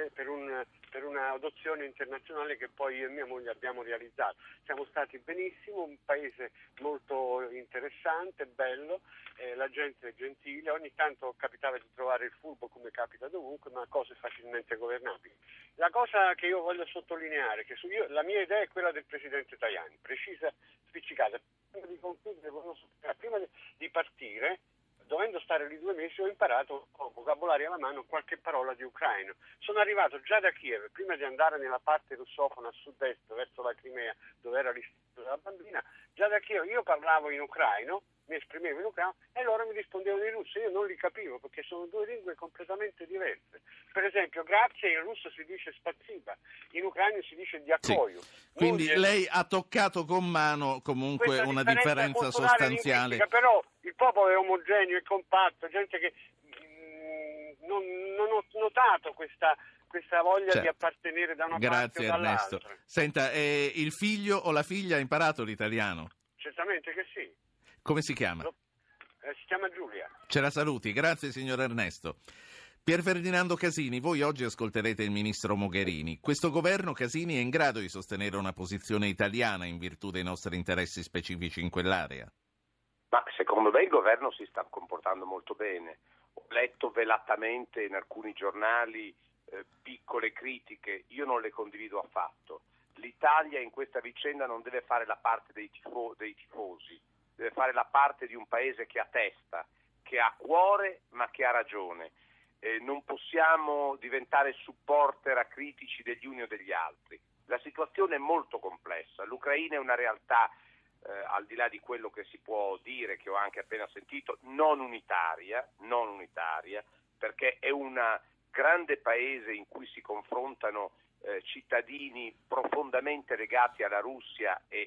un'adozione internazionale che poi io e mia moglie abbiamo realizzato. Siamo stati benissimo, un paese molto interessante, bello, la gente è gentile, ogni tanto capitava di trovare il furbo come capita dovunque, ma cose facilmente governabili. La cosa che io voglio sottolineare è che la mia idea è quella del Presidente Tajani, precisa, spiccicata. Prima di concludere, prima di partire, dovendo stare lì 2 mesi, ho imparato con vocabolario alla mano qualche parola di ucraino. Sono arrivato già da Kiev, prima di andare nella parte russofona a sud-est verso la Crimea, dove era l'istituto della bambina, già da Kiev io parlavo in ucraino, mi esprimevo in ucraino e loro mi rispondevano in russo. Io non li capivo perché sono 2 lingue completamente diverse. Per esempio, grazie in russo si dice spasiba, in ucraino si dice diakoyu. Sì. Quindi lei ha toccato con mano comunque una differenza sostanziale. Però il popolo è omogeneo, è compatto, gente che non ho notato questa voglia di appartenere da una parte o dall'altra. Grazie Ernesto. Senta, il figlio o la figlia ha imparato l'italiano? Certamente che sì. Come si chiama? Si chiama Giulia. Ce la saluti, grazie signor Ernesto. Pier Ferdinando Casini, voi oggi ascolterete il ministro Mogherini. Questo governo, Casini, è in grado di sostenere una posizione italiana in virtù dei nostri interessi specifici in quell'area? Ma secondo me il governo si sta comportando molto bene. Ho letto velatamente in alcuni giornali piccole critiche, io non le condivido affatto. L'Italia in questa vicenda non deve fare la parte dei tifosi, deve fare la parte di un paese che ha testa, che ha cuore ma che ha ragione. Non possiamo diventare supporter acritici degli uni o degli altri. La situazione è molto complessa, l'Ucraina è una realtà, al di là di quello che si può dire, che ho anche appena sentito, non unitaria, perché è un grande paese in cui si confrontano cittadini profondamente legati alla Russia e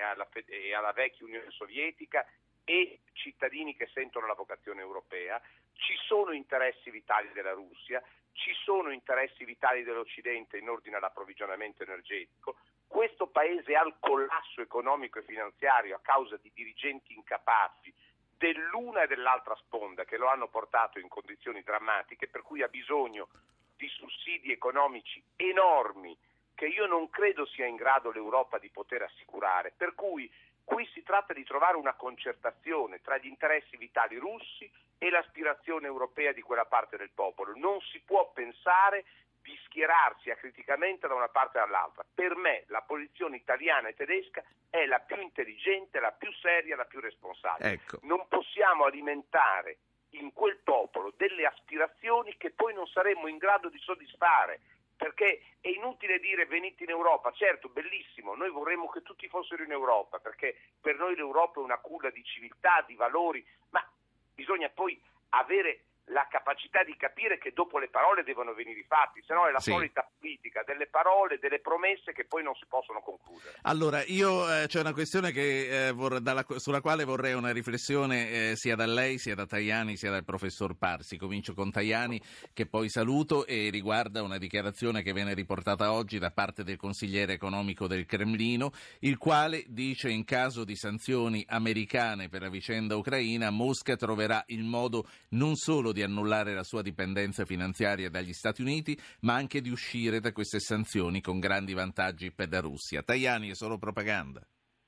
alla vecchia Unione Sovietica e cittadini che sentono la vocazione europea. Ci sono interessi vitali della Russia, ci sono interessi vitali dell'Occidente in ordine all'approvvigionamento energetico. Questo paese è al collasso economico e finanziario a causa di dirigenti incapaci dell'una e dell'altra sponda che lo hanno portato in condizioni drammatiche, per cui ha bisogno di sussidi economici enormi che io non credo sia in grado l'Europa di poter assicurare, per cui qui si tratta di trovare una concertazione tra gli interessi vitali russi e l'aspirazione europea di quella parte del popolo. Non si può pensare di schierarsi acriticamente da una parte o dall'altra. Per me la posizione italiana e tedesca è la più intelligente, la più seria, la più responsabile. Ecco. Non possiamo alimentare in quel popolo delle aspirazioni che poi non saremmo in grado di soddisfare, perché è inutile dire venite in Europa, certo, bellissimo, noi vorremmo che tutti fossero in Europa, perché per noi l'Europa è una culla di civiltà, di valori, ma bisogna poi avere la capacità di capire che dopo le parole devono venire i fatti, se no è la solita politica delle parole, delle promesse che poi non si possono concludere. Allora, io c'è una questione che sulla quale vorrei una riflessione sia da lei, sia da Tajani, sia dal professor Parsi. Comincio con Tajani, che poi saluto, e riguarda una dichiarazione che viene riportata oggi da parte del consigliere economico del Cremlino, il quale dice: in caso di sanzioni americane per la vicenda ucraina, Mosca troverà il modo non solo di annullare la sua dipendenza finanziaria dagli Stati Uniti, ma anche di uscire da queste sanzioni con grandi vantaggi per la Russia. Tajani, è solo propaganda?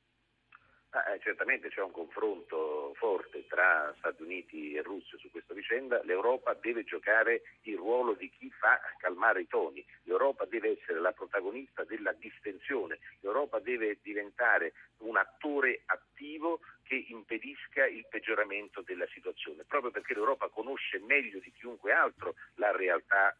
Certamente c'è un confronto forte tra Stati Uniti e Russia su questa vicenda. L'Europa deve giocare il ruolo di chi fa calmare i toni. L'Europa deve essere la protagonista della distensione. L'Europa deve diventare un attore attivo che impedisca il peggioramento della situazione, proprio perché l'Europa conosce meglio di chiunque altro la realtà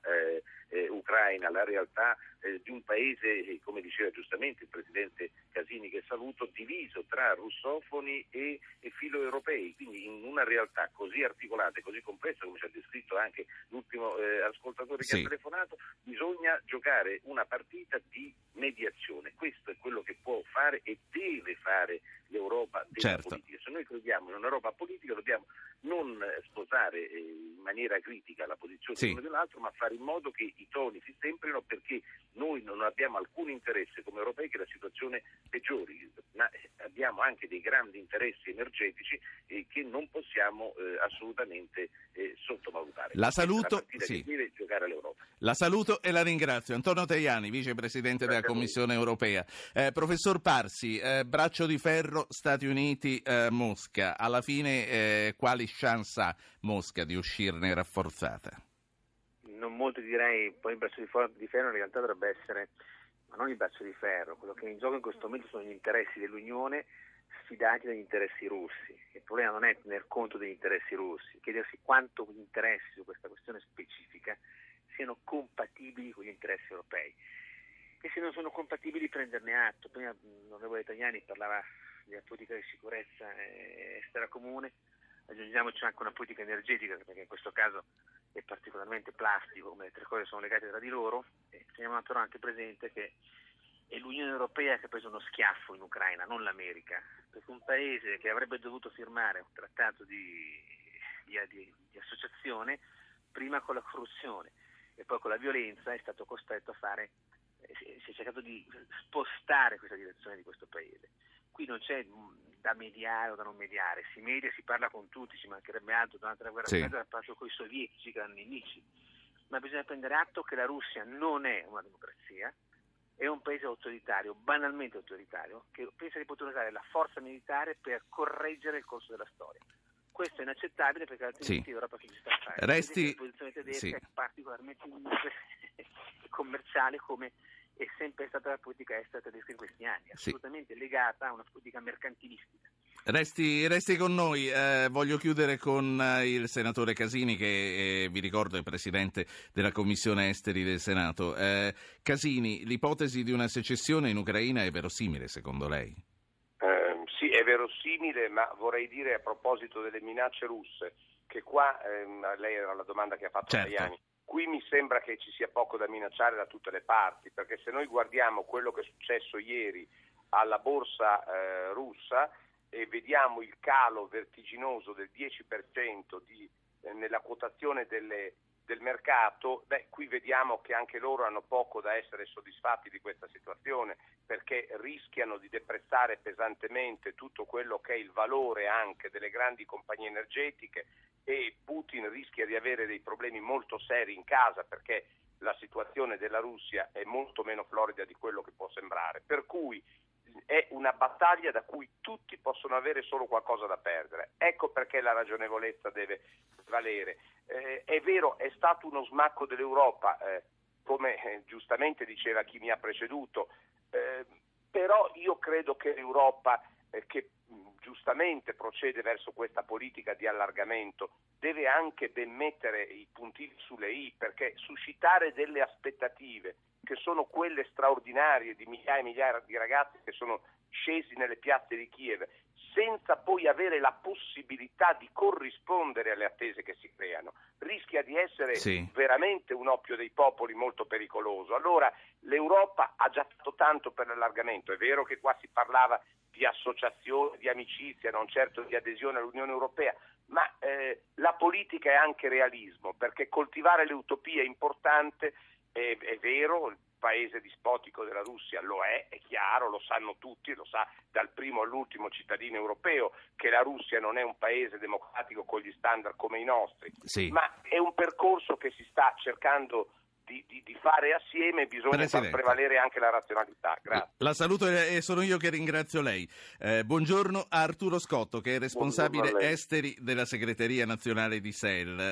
ucraina, la realtà di un paese, come diceva giustamente il presidente Casini, che saluto, diviso tra russofoni e filoeuropei, quindi in una realtà così articolata e così complessa, come ci ha descritto anche l'ultimo ascoltatore che ha telefonato, bisogna giocare una partita di mediazione. Questo è quello che può fare e deve fare l'Europa della politica. Se noi crediamo in un'Europa politica, dobbiamo non sposare in maniera critica la posizione di uno e dell'altro, ma fare in modo che i toni si temprino, perché noi non abbiamo alcun interesse come europei che la situazione peggiori, ma abbiamo anche dei grandi interessi energetici che non possiamo assolutamente sottovalutare. La saluto, che deve giocare l'Europa. La saluto e la ringrazio. Antonio Tajani, vicepresidente della Commissione europea. Professor Parsi, braccio di ferro Stati Uniti, Mosca. Alla fine quali chance ha Mosca di uscirne rafforzata? Non molto, direi. Poi il braccio di ferro in realtà dovrebbe essere, ma non il braccio di ferro, quello che è in gioco in questo momento sono gli interessi dell'Unione sfidati dagli interessi russi. Il problema non è tener conto degli interessi russi, chiedersi quanto gli interessi su questa questione specifica siano compatibili con gli interessi europei, e se non sono compatibili prenderne atto. Prima l'onorevole Tajani parlava della politica di sicurezza estera comune, aggiungiamoci anche una politica energetica, perché in questo caso è particolarmente plastico, come le tre cose sono legate tra di loro. Teniamo però anche presente che è l'Unione Europea che ha preso uno schiaffo in Ucraina, non l'America, perché un paese che avrebbe dovuto firmare un trattato di associazione, prima con la corruzione e poi con la violenza, è stato costretto a si è cercato di spostare questa direzione di questo paese. Qui non c'è da mediare o da non mediare, si media, si parla con tutti, ci mancherebbe altro. Durante la guerra fredda ha parlato con i sovietici, grandi nemici, ma bisogna prendere atto che la Russia non è una democrazia, è un paese autoritario, banalmente autoritario, che pensa di poter usare la forza militare per correggere il corso della storia. Questo è inaccettabile, perché altrimenti l'Europa che ci sta a fare. La posizione tedesca è particolarmente commerciale, come è sempre stata la politica estera tedesca in questi anni, assolutamente legata a una politica mercantilistica. Resti con noi. Voglio chiudere con il senatore Casini, che vi ricordo è presidente della Commissione Esteri del Senato. Casini, l'ipotesi di una secessione in Ucraina è verosimile secondo lei? Sì, è verosimile, ma vorrei dire, a proposito delle minacce russe, che qua, lei era la domanda che ha fatto Tajani, qui mi sembra che ci sia poco da minacciare da tutte le parti, perché se noi guardiamo quello che è successo ieri alla borsa russa e vediamo il calo vertiginoso del 10% di nella quotazione del mercato, qui vediamo che anche loro hanno poco da essere soddisfatti di questa situazione, perché rischiano di deprezzare pesantemente tutto quello che è il valore anche delle grandi compagnie energetiche, e Putin rischia di avere dei problemi molto seri in casa, perché la situazione della Russia è molto meno florida di quello che può sembrare, per cui è una battaglia da cui tutti possono avere solo qualcosa da perdere. Ecco perché la ragionevolezza deve valere. È vero, è stato uno smacco dell'Europa, come giustamente diceva chi mi ha preceduto, però io credo che l'Europa, che giustamente procede verso questa politica di allargamento, deve anche ben mettere i puntini sulle i, perché suscitare delle aspettative che sono quelle straordinarie di migliaia e migliaia di ragazzi che sono scesi nelle piazze di Kiev, senza poi avere la possibilità di corrispondere alle attese che si creano, rischia di essere veramente un oppio dei popoli molto pericoloso. Allora l'Europa ha già fatto tanto per l'allargamento, è vero che qua si parlava di associazione, di amicizia, non certo di adesione all'Unione Europea, ma la politica è anche realismo, perché coltivare le utopie è importante. È vero, il paese dispotico della Russia lo è chiaro, lo sanno tutti, lo sa dal primo all'ultimo cittadino europeo che la Russia non è un paese democratico con gli standard come i nostri, ma è un percorso che si sta cercando di fare assieme, bisogna far prevalere anche la razionalità. Grazie. La saluto e sono io che ringrazio lei. Buongiorno a Arturo Scotto, che è responsabile esteri della segreteria nazionale di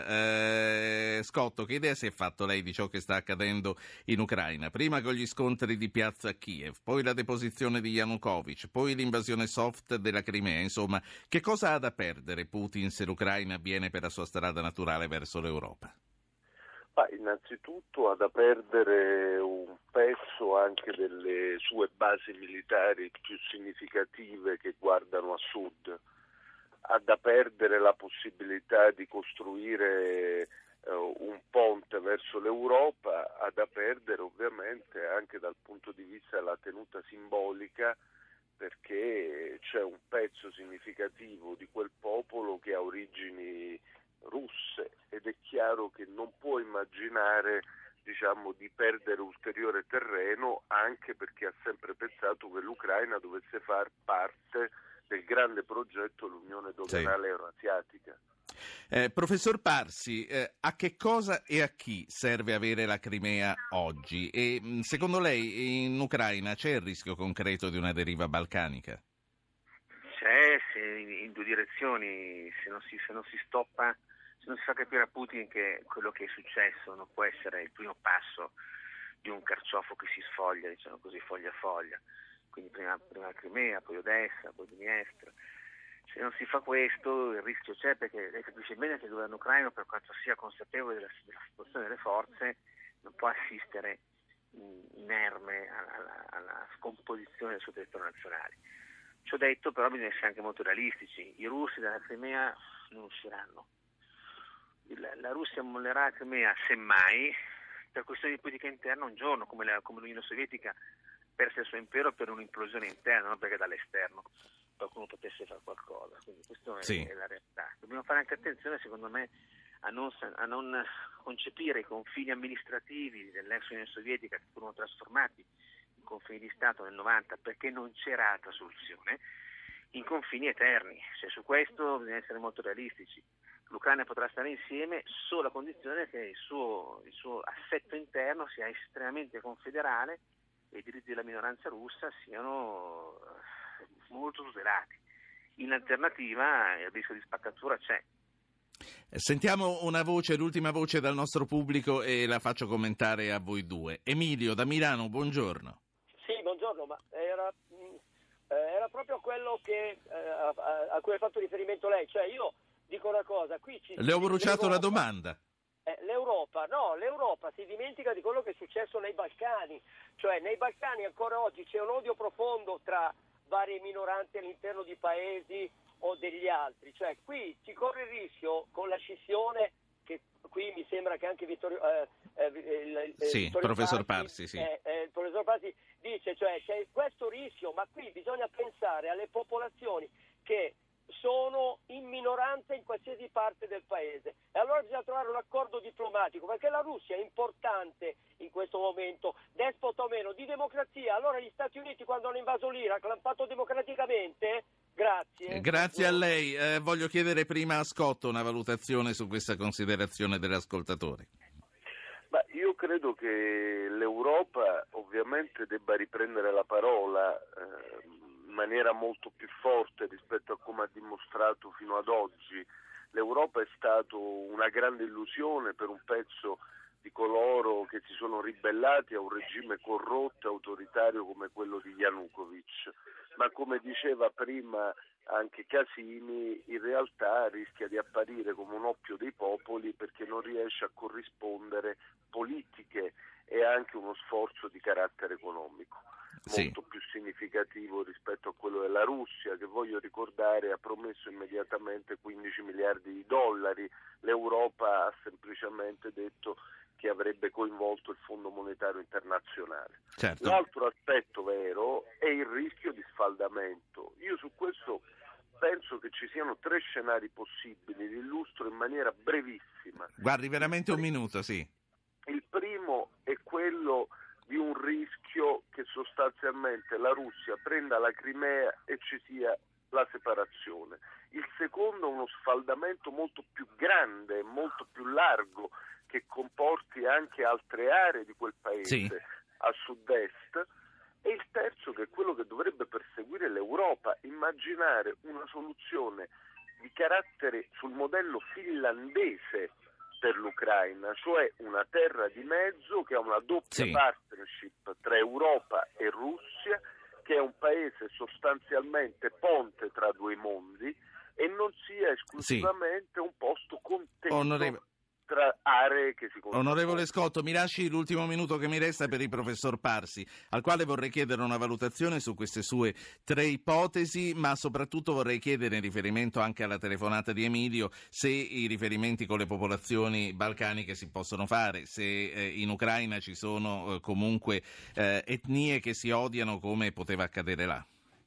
SEL. Scotto, che idea si è fatto lei di ciò che sta accadendo in Ucraina? Prima con gli scontri di piazza Kiev, poi la deposizione di Yanukovych, poi l'invasione soft della Crimea. Insomma, che cosa ha da perdere Putin se l'Ucraina viene per la sua strada naturale verso l'Europa? Innanzitutto ha da perdere un pezzo anche delle sue basi militari più significative che guardano a sud, ha da perdere la possibilità di costruire un ponte verso l'Europa, ha da perdere ovviamente anche dal punto di vista della tenuta simbolica, perché c'è un pezzo significativo di quel popolo che ha origini russe ed è chiaro che non può immaginare di perdere ulteriore terreno, anche perché ha sempre pensato che l'Ucraina dovesse far parte del grande progetto dell'Unione Doganale Euroasiatica. Professor Parsi, a che cosa e a chi serve avere la Crimea oggi? E secondo lei in Ucraina c'è il rischio concreto di una deriva balcanica? C'è, in due direzioni, se non si stoppa, se non si fa capire a Putin che quello che è successo non può essere il primo passo di un carciofo che si sfoglia, diciamo così, foglia a foglia, quindi prima la Crimea, poi Odessa, poi Dniestro. Se non si fa questo il rischio c'è, perché lei capisce bene che il governo ucraino, per quanto sia consapevole della situazione delle forze, non può assistere inerme alla scomposizione del suo territorio nazionale. Ciò detto, però, bisogna essere anche molto realistici. I russi dalla Crimea non usciranno. La Russia mollerà la Crimea, semmai, per questioni di politica interna un giorno, come l'Unione Sovietica perse il suo impero per un'implosione interna, non perché dall'esterno qualcuno potesse fare qualcosa. Quindi questa è la realtà. Dobbiamo fare anche attenzione, secondo me, a non concepire i confini amministrativi dell'ex Unione Sovietica, che furono trasformati in confini di Stato nel 90, perché non c'era altra soluzione, in confini eterni. Cioè, su questo bisogna essere molto realistici. L'Ucraina potrà stare insieme solo a condizione che il suo assetto interno sia estremamente confederale e i diritti della minoranza russa siano molto tutelati. In alternativa il rischio di spaccatura c'è. Sentiamo una voce, l'ultima voce dal nostro pubblico, e la faccio commentare a voi due. Emilio da Milano, buongiorno. Sì, buongiorno, ma era proprio quello a cui ha fatto riferimento lei. Cioè, io dico una cosa, qui le ho bruciato la domanda. L'Europa si dimentica di quello che è successo nei Balcani. Cioè, nei Balcani ancora oggi c'è un odio profondo tra varie minoranze all'interno di paesi o degli altri. Cioè, qui si corre il rischio con la scissione, che qui mi sembra che anche professor Parsi, il professor Parsi dice, cioè c'è questo rischio, ma qui bisogna pensare alle popolazioni che sono in minoranza in qualsiasi parte del paese. E allora bisogna trovare un accordo diplomatico, perché la Russia è importante in questo momento, despota o meno, di democrazia. Allora gli Stati Uniti, quando hanno invaso l'Iraq, l'hanno fatto democraticamente? Grazie. Grazie a lei. Voglio chiedere prima a Scotto una valutazione su questa considerazione dell'ascoltatore. Io credo che l'Europa ovviamente debba riprendere la parola in maniera molto più forte rispetto a come ha dimostrato fino ad oggi. L'Europa è stato una grande illusione per un pezzo di coloro che si sono ribellati a un regime corrotto e autoritario come quello di Yanukovych, ma come diceva prima anche Casini, in realtà rischia di apparire come un oppio dei popoli perché non riesce a corrispondere politiche e anche uno sforzo di carattere economico molto più significativo rispetto a quello della Russia, che voglio ricordare ha promesso immediatamente 15 miliardi di dollari. L'Europa ha semplicemente detto che avrebbe coinvolto il Fondo Monetario Internazionale. Certo. L'altro aspetto vero è il rischio di sfaldamento. Io su questo penso che ci siano 3 scenari possibili, li illustro in maniera brevissima. Guardi, veramente un minuto, sì. Il primo è quello di un rischio che sostanzialmente la Russia prenda la Crimea e ci sia la separazione. Il secondo è uno sfaldamento molto più grande, molto più largo, che comporti anche altre aree di quel paese a sud-est. E il terzo, che è quello che dovrebbe perseguire l'Europa, immaginare una soluzione di carattere sul modello finlandese per l'Ucraina, cioè una terra di mezzo che ha una doppia partnership tra Europa e Russia, che è un paese sostanzialmente ponte tra 2 mondi e non sia esclusivamente un posto contesto tra aree che si conoscono. Onorevole Scotto, mi lasci l'ultimo minuto che mi resta per il professor Parsi, al quale vorrei chiedere una valutazione su queste sue 3 ipotesi, ma soprattutto vorrei chiedere, in riferimento anche alla telefonata di Emilio, se i riferimenti con le popolazioni balcaniche si possono fare, se in Ucraina ci sono comunque etnie che si odiano come poteva accadere là.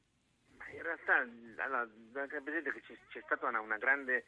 In realtà, bisogna tenere presente che c'è stata una grande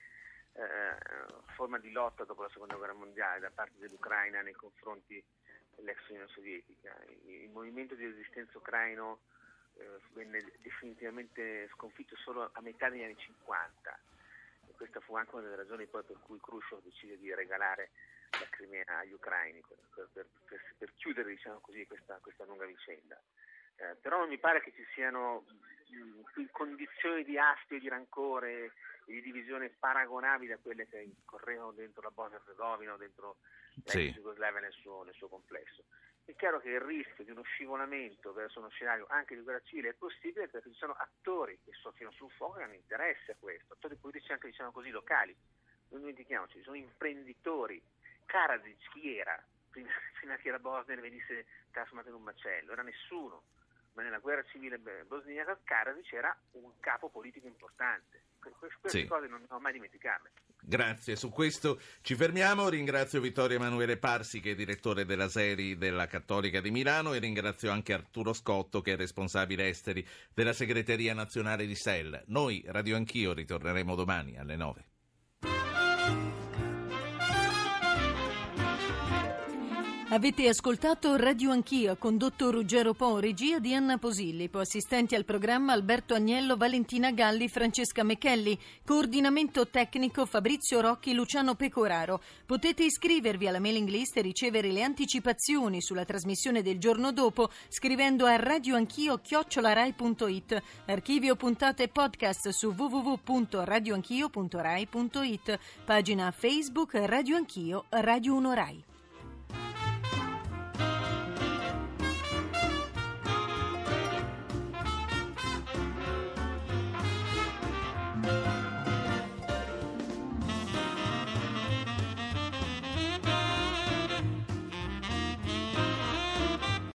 forma di lotta dopo la seconda guerra mondiale da parte dell'Ucraina nei confronti dell'ex Unione Sovietica. Il movimento di resistenza ucraino venne definitivamente sconfitto solo a metà degli anni 50 e questa fu anche una delle ragioni poi per cui Khrushchev decise di regalare la Crimea agli ucraini per chiudere, diciamo così, questa lunga vicenda. Però non mi pare che ci siano condizioni di astio e di rancore e di divisione paragonabili a quelle che correvano dentro la Bosnia-Herzegovina o dentro l'ex Jugoslavia nel suo complesso. È chiaro che il rischio di uno scivolamento verso uno scenario anche di guerra civile è possibile perché ci sono attori che soffiano sul fuoco e hanno interesse a questo, attori politici anche, diciamo così, locali. Non dimentichiamoci, ci sono imprenditori. Karadzic chi era? Prima che la Bosnia ne venisse trasformata in un macello, era nessuno. Ma nella guerra civile bosniaca Karadzic era un capo politico importante. Queste cose non devo mai dimenticarle. Grazie, su questo ci fermiamo. Ringrazio Vittorio Emanuele Parsi, che è direttore della SERI della Cattolica di Milano, e ringrazio anche Arturo Scotto, che è responsabile esteri della segreteria nazionale di SEL. Noi, Radio Anch'io, ritorneremo domani alle 9. Avete ascoltato Radio Anch'io, condotto Ruggero Po, regia di Anna Posillipo, assistenti al programma Alberto Agnello, Valentina Galli, Francesca Mecchelli, coordinamento tecnico Fabrizio Rocchi, Luciano Pecoraro. Potete iscrivervi alla mailing list e ricevere le anticipazioni sulla trasmissione del giorno dopo scrivendo a radioanchio@rai.it. Archivio puntate e podcast su www.radioanchio.rai.it. Pagina Facebook Radio Anch'io, Radio 1 Rai.